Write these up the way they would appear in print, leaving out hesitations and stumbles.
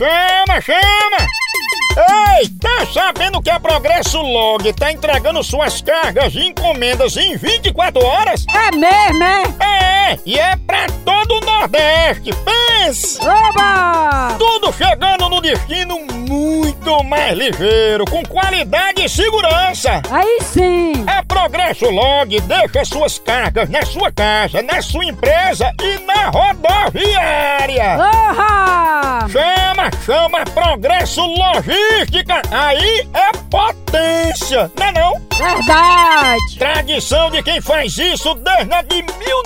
Chama! Ei, tá sabendo que a Progresso Log tá entregando suas cargas e encomendas em 24 horas? É mesmo, é? E é pra todo o Nordeste, pense! Oba! Tudo chegando no destino muito mais ligeiro, com qualidade e segurança. Aí sim! A Progresso Log deixa suas cargas na sua casa, na sua empresa e na rodoviária. Oha! Chama Progresso Logística, aí é potência, não é não? Verdade! Tradição de quem faz isso desde a de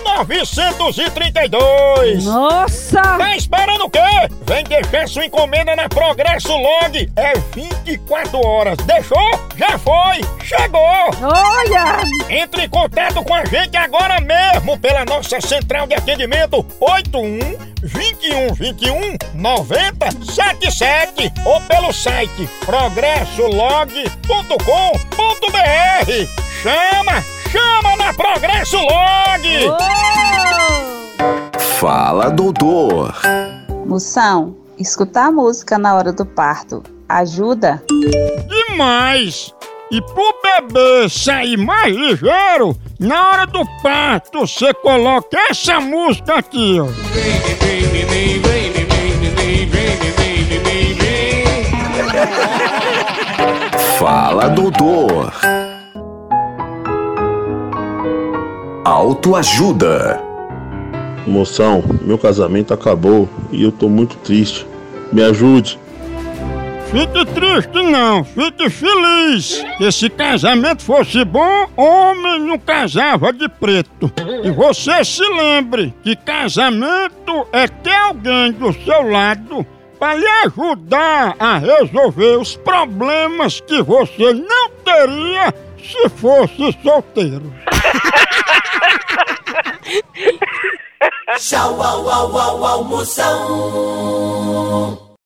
1932. Nossa! Tá esperando o quê? Vem deixar sua encomenda na Progresso Log, é 24 horas, deixou? Já foi, chegou! Olha! Entre em contato com a gente agora mesmo pela nossa central de atendimento 81-21-21-9077 ou pelo site progressolog.com.br. Chama na Progresso Log! Oh! Fala, doutor. Moção, escutar música na hora do parto ajuda? Demais! E pro bebê sair mais ligeiro, na hora do parto você coloca essa música aqui, ó. Fala, doutor. Autoajuda. Moção, meu casamento acabou e eu tô muito triste. Me ajude. Fique triste não, fique feliz. Que se casamento fosse bom, homem não casava de preto. E você se lembre que casamento é ter alguém do seu lado para lhe ajudar a resolver os problemas que você não teria se fosse solteiro. Tchau, au, Moção.